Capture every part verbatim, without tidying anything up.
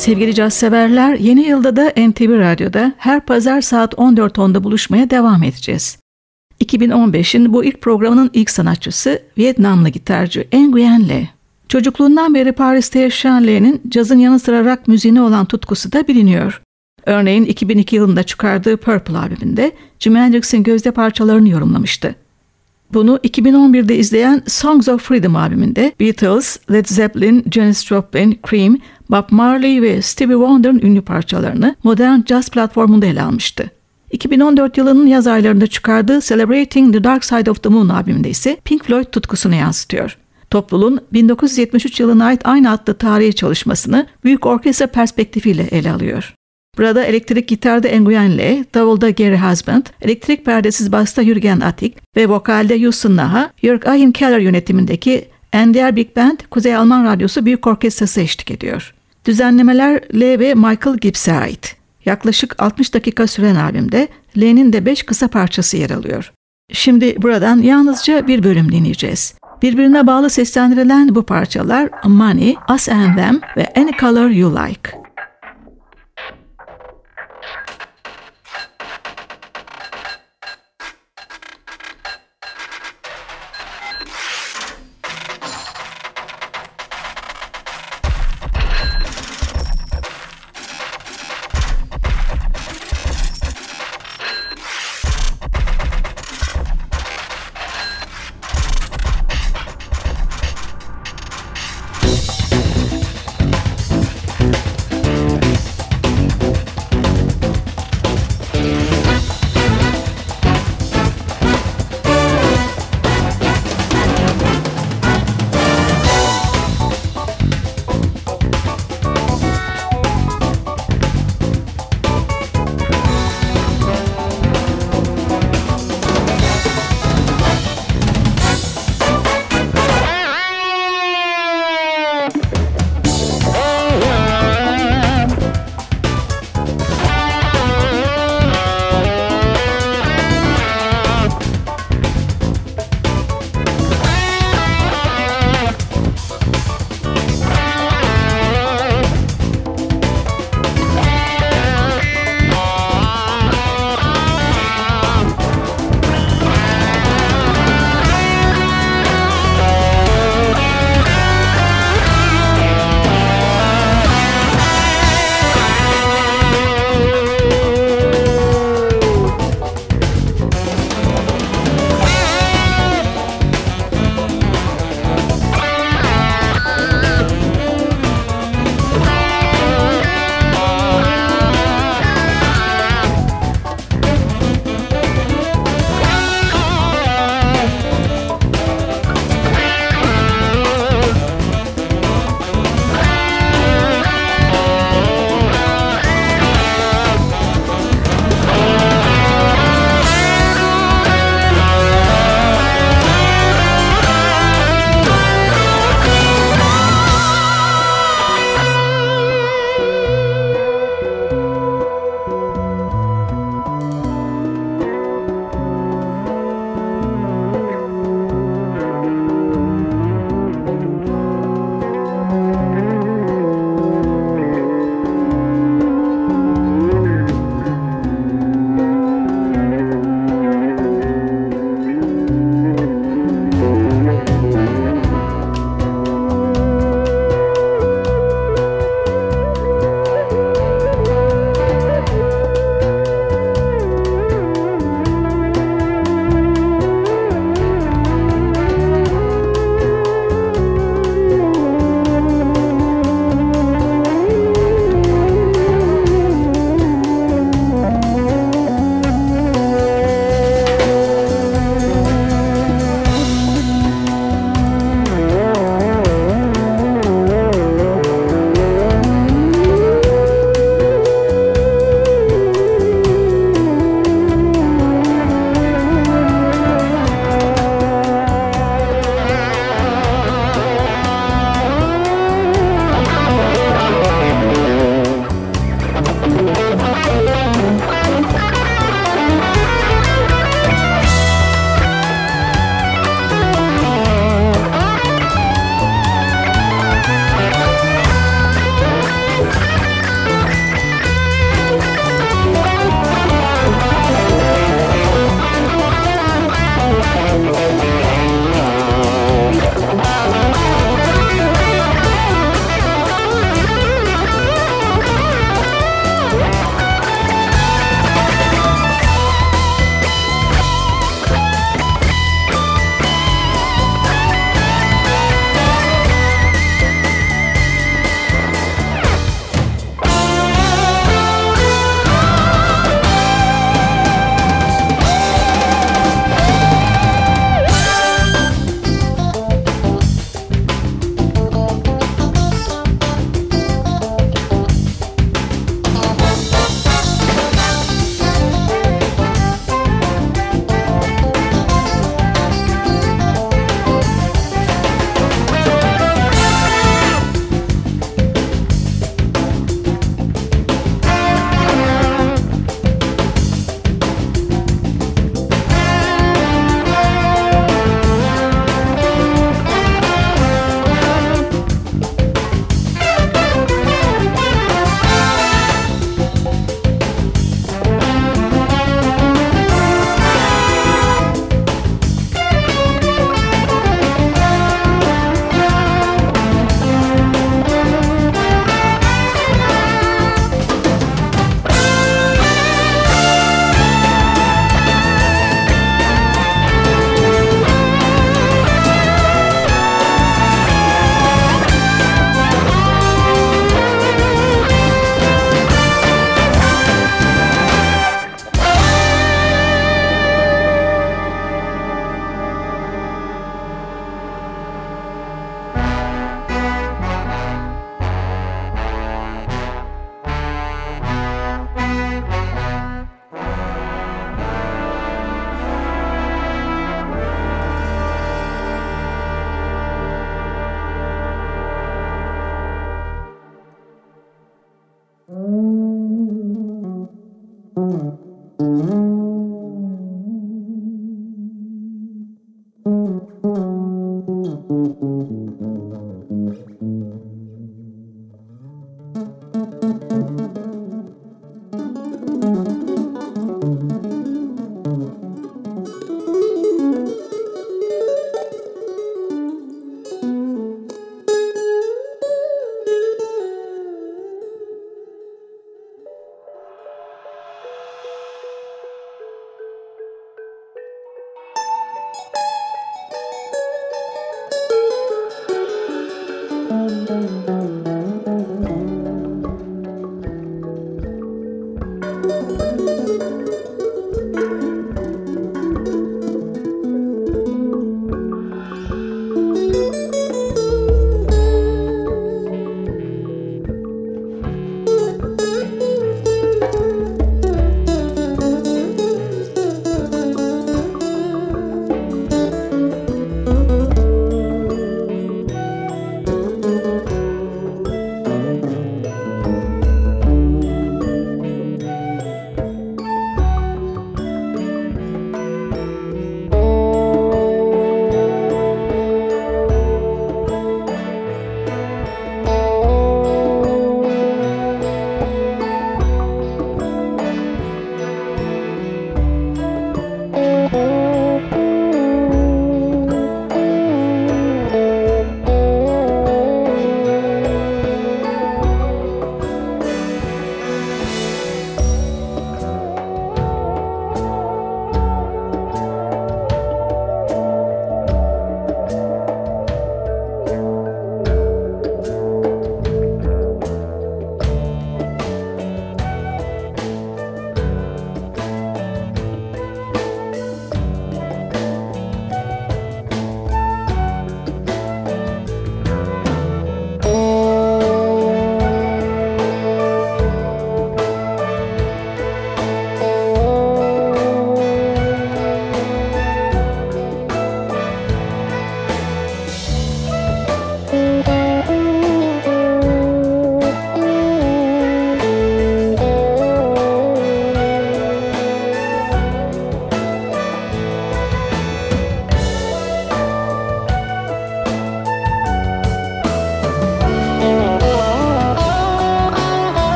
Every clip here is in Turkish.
Sevgili caz severler, yeni yılda da N T V Radyo'da her pazar saat on dört onda buluşmaya devam edeceğiz. iki bin on beşin bu ilk programının ilk sanatçısı Vietnamlı gitarcı Nguyen Le. Çocukluğundan beri Paris'te yaşayan Le'nin cazın yanı sıra rock müziğine olan tutkusu da biliniyor. Örneğin iki bin iki yılında çıkardığı Purple albümünde Jimi Hendrix'in gözde parçalarını yorumlamıştı. Bunu iki bin on birde izleyen Songs of Freedom albümünde Beatles, Led Zeppelin, Janis Joplin, Cream, Bob Marley ve Stevie Wonder'ın ünlü parçalarını modern jazz platformunda ele almıştı. iki bin on dört yılının yaz aylarında çıkardığı Celebrating the Dark Side of the Moon albümünde ise Pink Floyd tutkusunu yansıtıyor. Topluluğun bin dokuz yüz yetmiş üç yılına ait aynı adlı tarihi çalışmasını büyük orkestra perspektifiyle ele alıyor. Burada elektrik gitarda Nguyen Le, davulda Gary Husband, elektrik perdesiz basta Jürgen Attic ve vokalde Houston Naha, Jörg Ahin-Keller yönetimindeki N D R Big Band, Kuzey Alman Radyosu Büyük Orkestrası eşlik ediyor. Düzenlemeler Le ve Michael Gibbs'e ait. Yaklaşık altmış dakika süren albümde Le'nin de beş kısa parçası yer alıyor. Şimdi buradan yalnızca bir bölüm dinleyeceğiz. Birbirine bağlı seslendirilen bu parçalar Money, Us and Them ve Any Color You Like.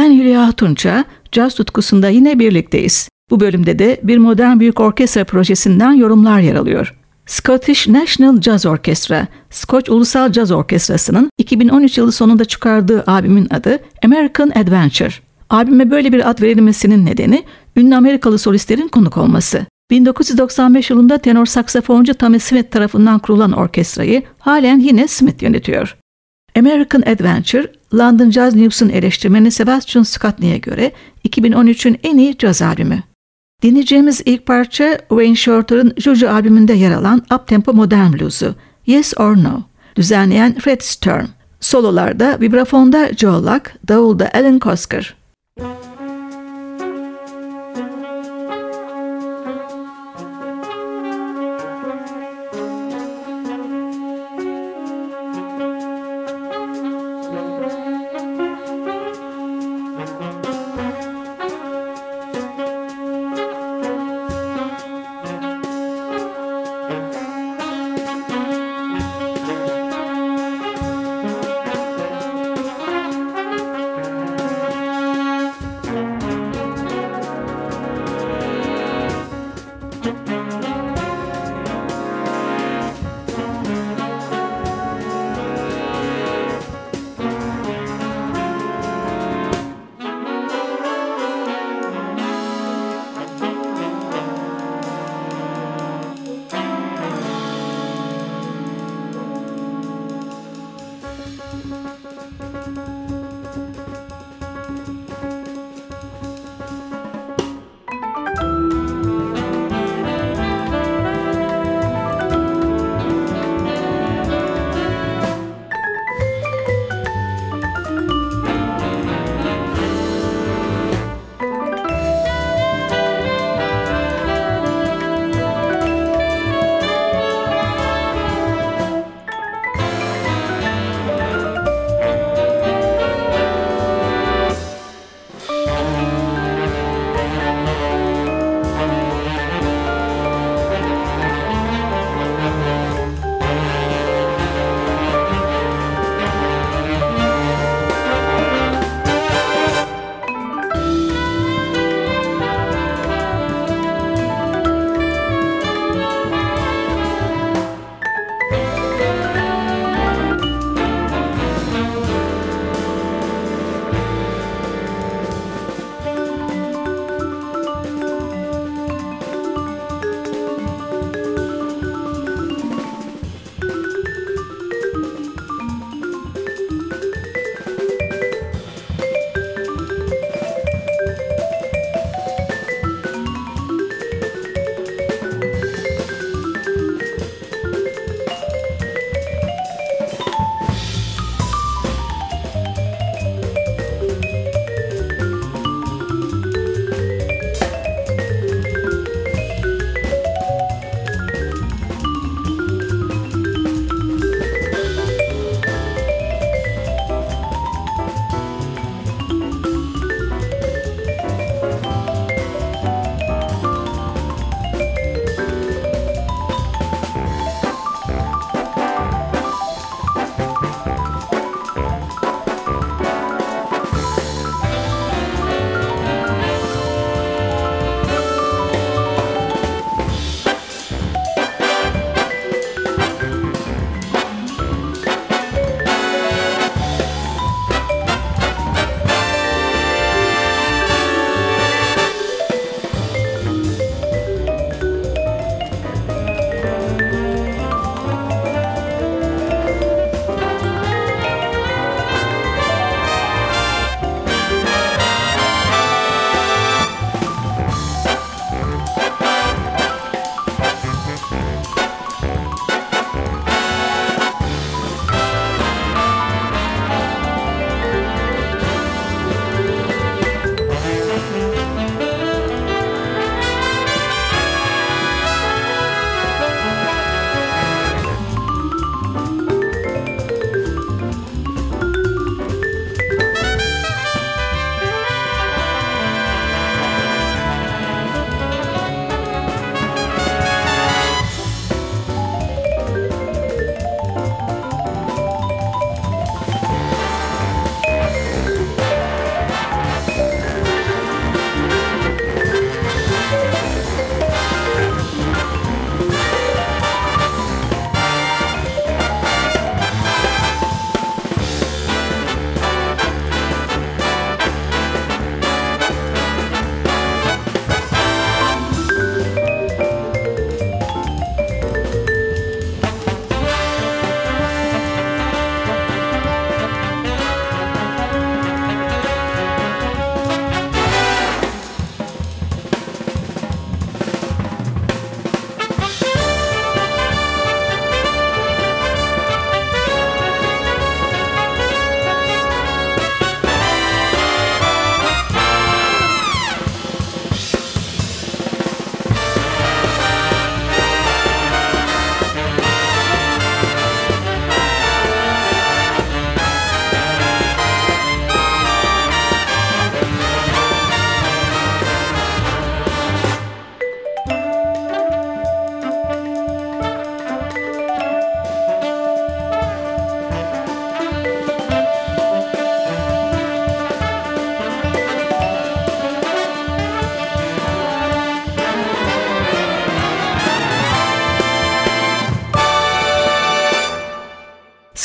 Ben Hülya Tunça, caz tutkusunda yine birlikteyiz. Bu bölümde de bir modern büyük orkestra projesinden yorumlar yer alıyor. Scottish National Jazz Orchestra, Skoç Ulusal Caz Orkestrası'nın iki bin on üç yılı sonunda çıkardığı albümün adı American Adventure. Albüme böyle bir ad verilmesinin nedeni ünlü Amerikalı solistlerin konuk olması. bin dokuz yüz doksan beş yılında tenor saksafoncu Tommy Smith tarafından kurulan orkestrayı halen yine Smith yönetiyor. American Adventure, London Jazz News'un eleştirmeni Sebastian Scottney'e göre iki bin on üçün en iyi caz albümü. Dinleyeceğimiz ilk parça Wayne Shorter'ın Juju albümünde yer alan uptempo modern blues'u Yes or No. Düzenleyen Fred Sturm. Sololarda vibrafonda Joe Luck, davulda Alan Kosker.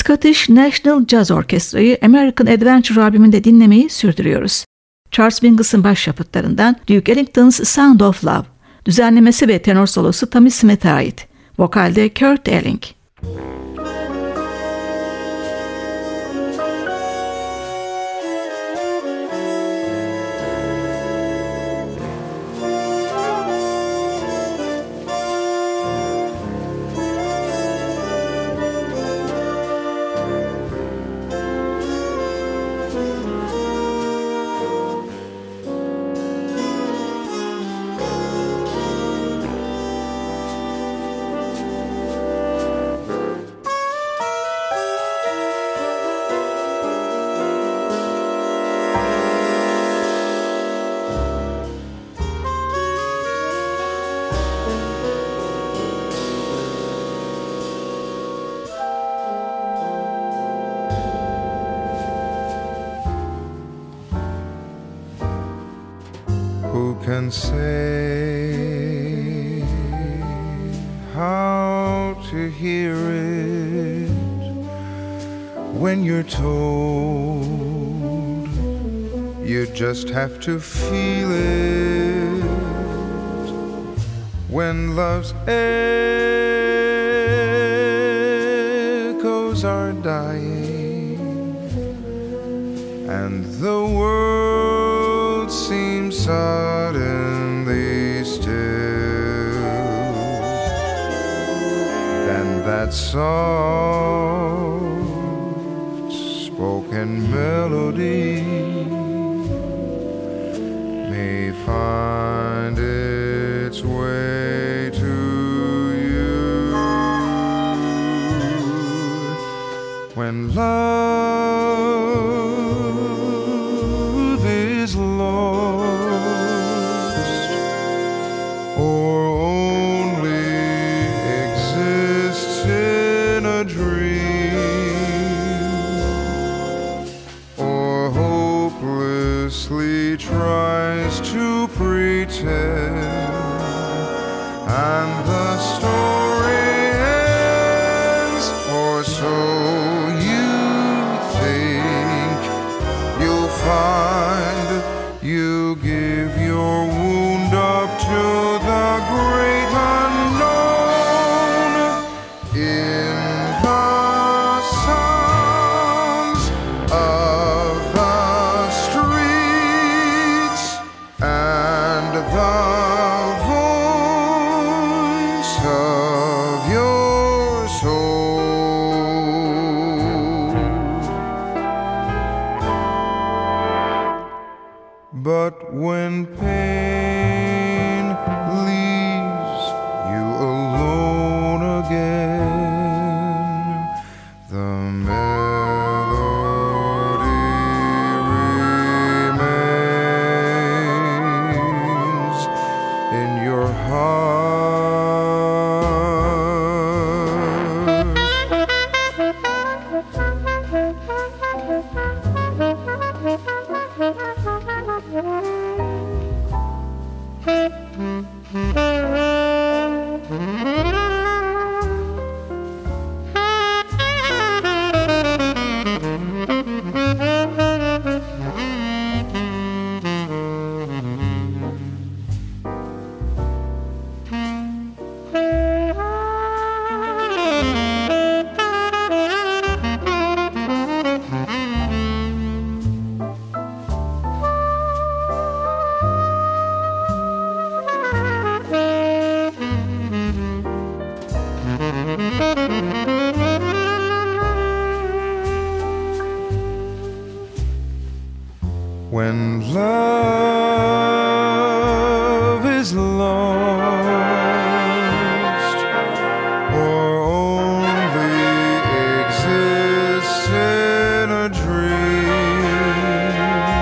Scottish National Jazz Orkestra'yı American Adventure albümünde dinlemeyi sürdürüyoruz. Charles Mingus'un başyapıtlarından Duke Ellington's Sound of Love. Düzenlemesi ve tenor solosu Tommy Smith'e ait. Vokalde Kurt Elling. Who can say how to hear it when you're told? You just have to feel it when love's echoes are dying and the world seems suddenly still. Then that soft spoken melody may find its way to you when love is lost or only exists in a dream or hopelessly tries to pretend and the story ends, or so you think. You'll find you give your wound up to the great unknown in the sounds of the streets and the voice of your soul. But when pain leaves you alone again, the melody remains in your heart. When love is lost or only exists in a dream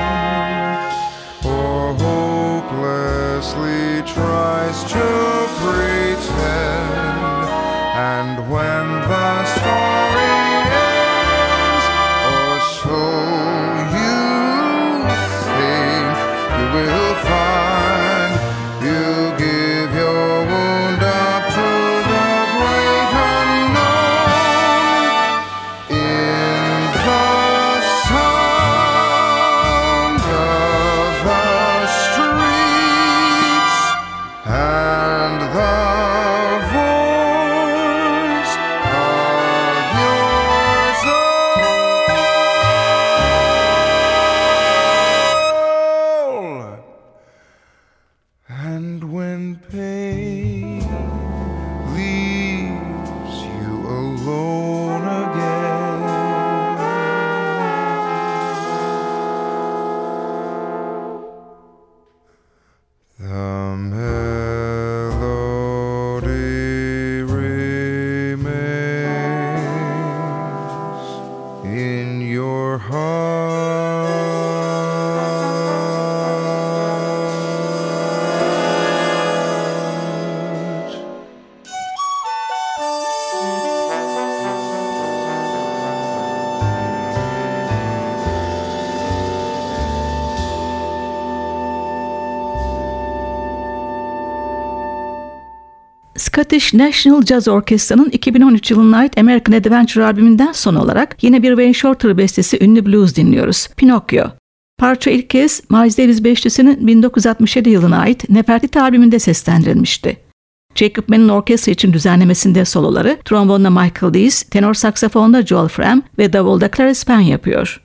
or hopelessly tries to pretend, and when the story ends, or so will find you give Scottish National Jazz Orchestra'nın iki bin on üç yılına ait American Adventure albümünden son olarak yine bir Wayne Shorter bestesi ünlü blues dinliyoruz. Pinocchio. Parça ilk kez Miles Davis Beşlisi'nin bin dokuz yüz altmış yedi yılına ait Nefertiti albümünde seslendirilmişti. Jacob Mann'in orkestra için düzenlemesinde soloları trombonda Michael Dees, tenor saksafonda Joel Fram ve davulda Clarice Penn yapıyor.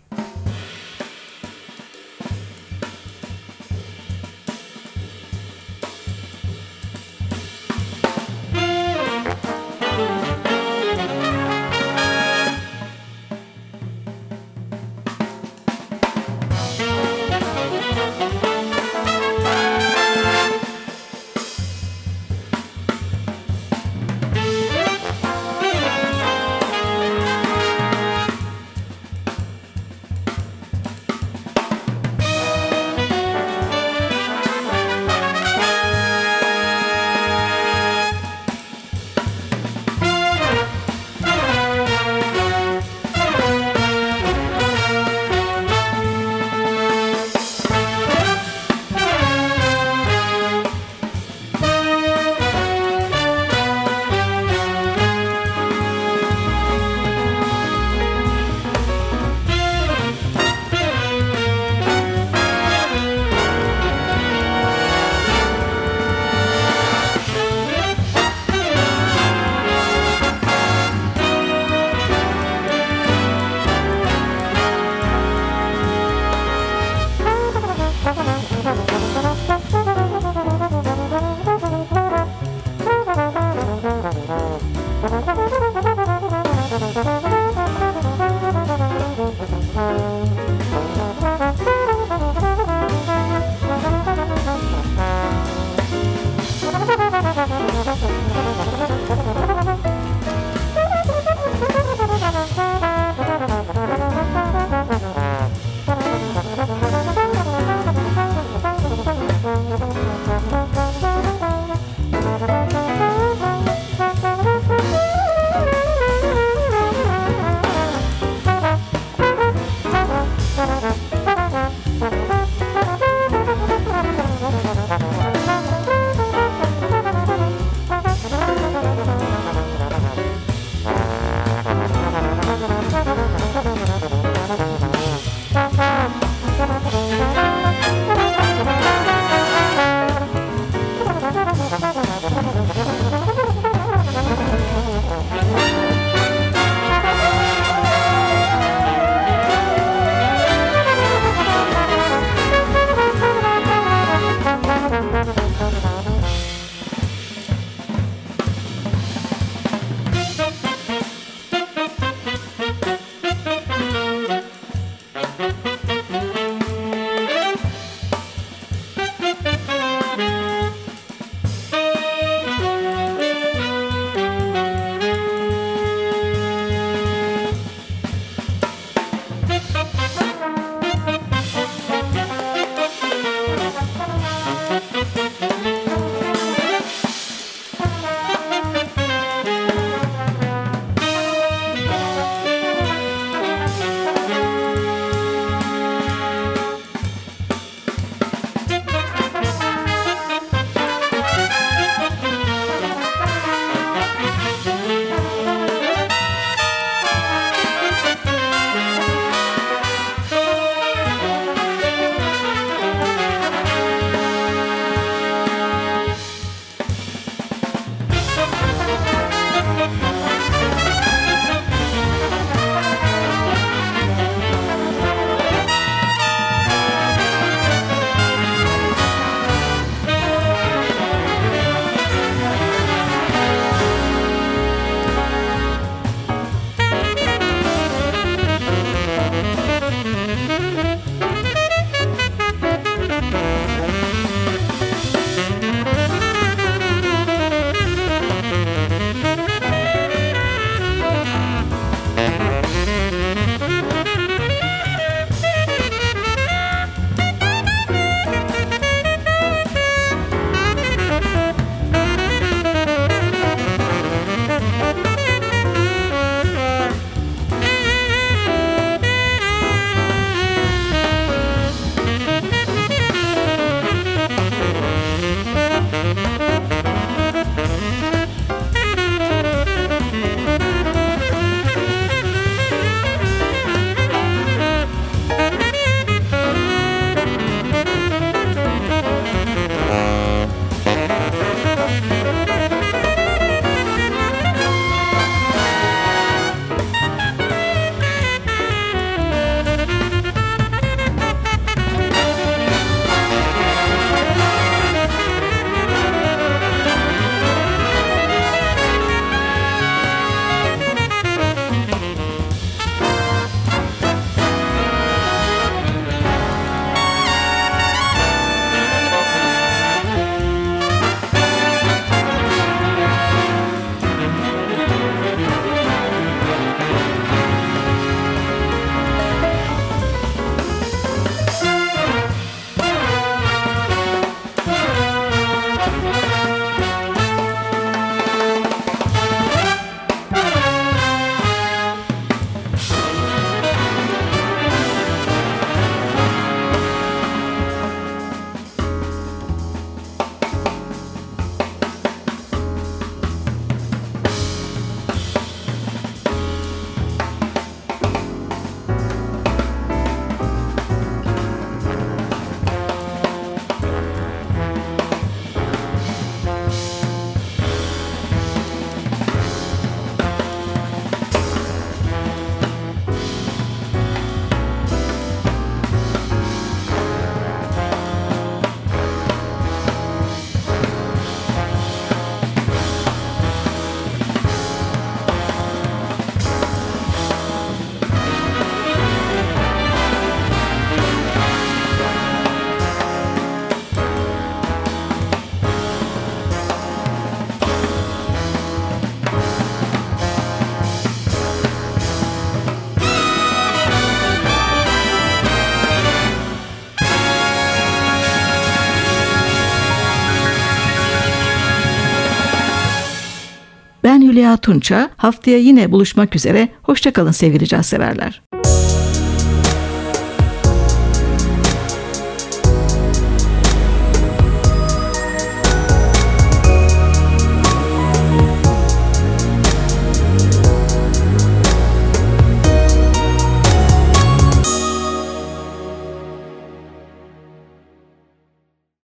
Hülya Tunça. Haftaya yine buluşmak üzere. Hoşça kalın sevgili caz severler.